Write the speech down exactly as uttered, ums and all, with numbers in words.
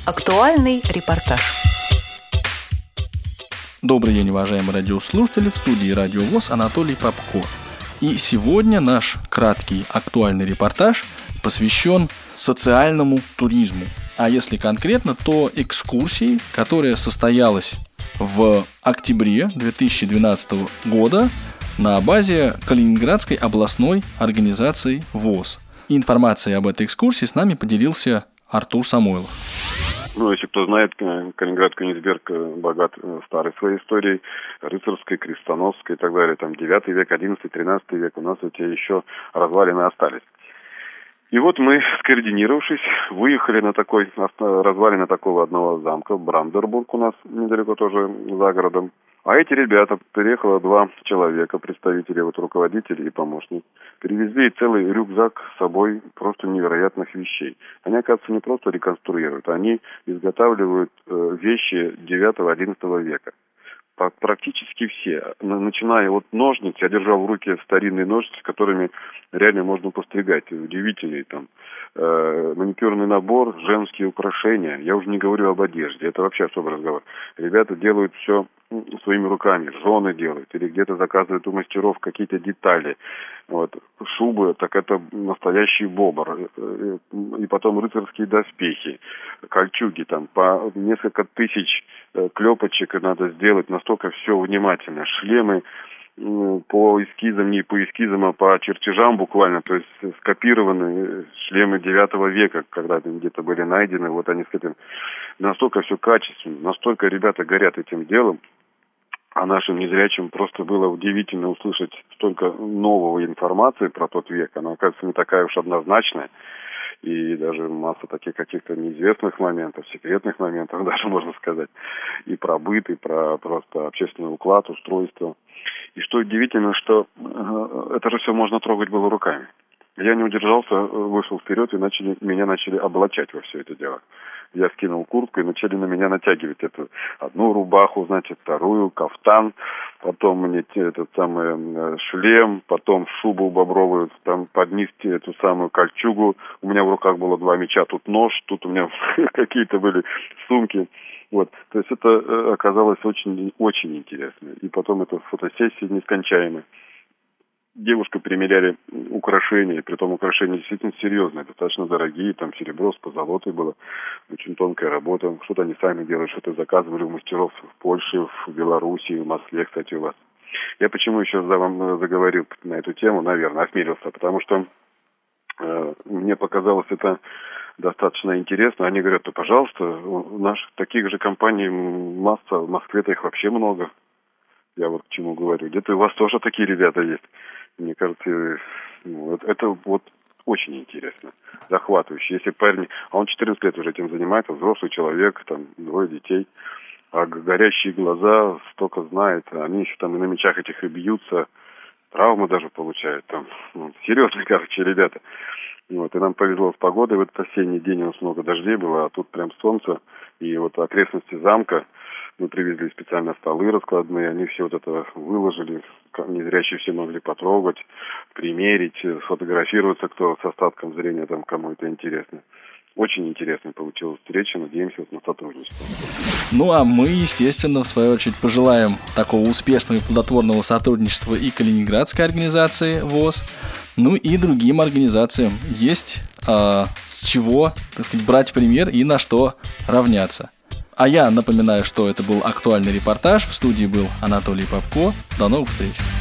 Актуальный репортаж. Добрый день, уважаемые радиослушатели, в студии Радио ВОС Анатолий Попко. И сегодня наш краткий актуальный репортаж посвящен социальному туризму. А если конкретно, то экскурсии, которая состоялась в октябре две тысячи двенадцатого года на базе Калининградской областной организации ВОС. Информацией об этой экскурсии с нами поделился Артур Самойлов. Ну, если кто знает, Калининград, Кёнигсберг богат старой своей историей, рыцарской, крестоносской и так далее. Там девятый век, одиннадцатый, тринадцатый век, у нас эти еще развалины остались. И вот мы, скоординировавшись, выехали на такой, развалины такого одного замка, Брандербург у нас недалеко тоже за городом. А эти ребята, приехало два человека, представители, вот руководитель и помощник, привезли целый рюкзак с собой просто невероятных вещей. Они, оказывается, не просто реконструируют, они изготавливают э, вещи девятого-одиннадцатого века. Практически все, начиная от ножниц, я держал в руке старинные ножницы, которыми реально можно постригать, удивительный там э, маникюрный набор, женские украшения, я уже не говорю об одежде, это вообще особый разговор. Ребята делают все своими руками, жены делают, или где-то заказывают у мастеров какие-то детали. Вот. Шубы, так это настоящий бобр, и потом рыцарские доспехи, кольчуги, там по несколько тысяч клепочек надо сделать, настолько все внимательно. Шлемы по эскизам, не по эскизам, а по чертежам буквально, то есть скопированы шлемы девятого века, когда где-то были найдены, вот они скопированы. Настолько все качественно, настолько ребята горят этим делом, а нашим незрячим просто было удивительно услышать столько нового информации про тот век. Она, оказывается, не такая уж однозначная. И даже масса таких каких-то неизвестных моментов, секретных моментов, даже можно сказать. И про быт, и про просто общественный уклад, устройство. И что удивительно, что э, это же все можно трогать было руками. Я не удержался, вышел вперед, и начали, меня начали облачать во все это дело. Я скинул куртку, и начали на меня натягивать эту одну рубаху, значит, вторую, кафтан, потом мне этот самый шлем, потом шубу бобровую, там поднести эту самую кольчугу. У меня в руках было два меча, тут нож, тут у меня какие-то были сумки. Вот, то есть это оказалось очень, очень интересно. И потом это фотосессии нескончаемые. Девушка примеряли украшения, притом украшения действительно серьезные, достаточно дорогие, там серебро с позолотой было, очень тонкая работа. Что-то они сами делали, что-то заказывали у мастеров в Польше, в Беларуси, в Москве, кстати, у вас. Я почему еще за вам заговорил на эту тему, наверное, осмелился, потому что э, мне показалось это достаточно интересно. Они говорят, то, пожалуйста, у наших таких же компаний масса, в Москве-то их вообще много. Я вот к чему говорю. Где-то у вас тоже такие ребята есть. Мне кажется, ну, это, это вот очень интересно, захватывающе. Если парень, а он четырнадцать лет уже этим занимается, взрослый человек, там, двое детей, а горящие глаза, столько знает, они еще там и на мечах этих и бьются, травмы даже получают, там, ну, серьезные, короче, ребята. Вот, и нам повезло с погодой, в этот осенний день у нас много дождей было, а тут прям солнце, и вот окрестности замка, мы привезли специально столы раскладные, они все вот это выложили, незрячие все могли потрогать, примерить, сфотографироваться, кто с остатком зрения, там, кому это интересно. Очень интересно получилась встреча, надеемся на сотрудничество. Ну а мы, естественно, в свою очередь пожелаем такого успешного и плодотворного сотрудничества и Калининградской организации ВОС, ну и другим организациям. Есть э, с чего, так сказать, брать пример и на что равняться. А я напоминаю, что это был актуальный репортаж. В студии был Анатолий Попко. До новых встреч.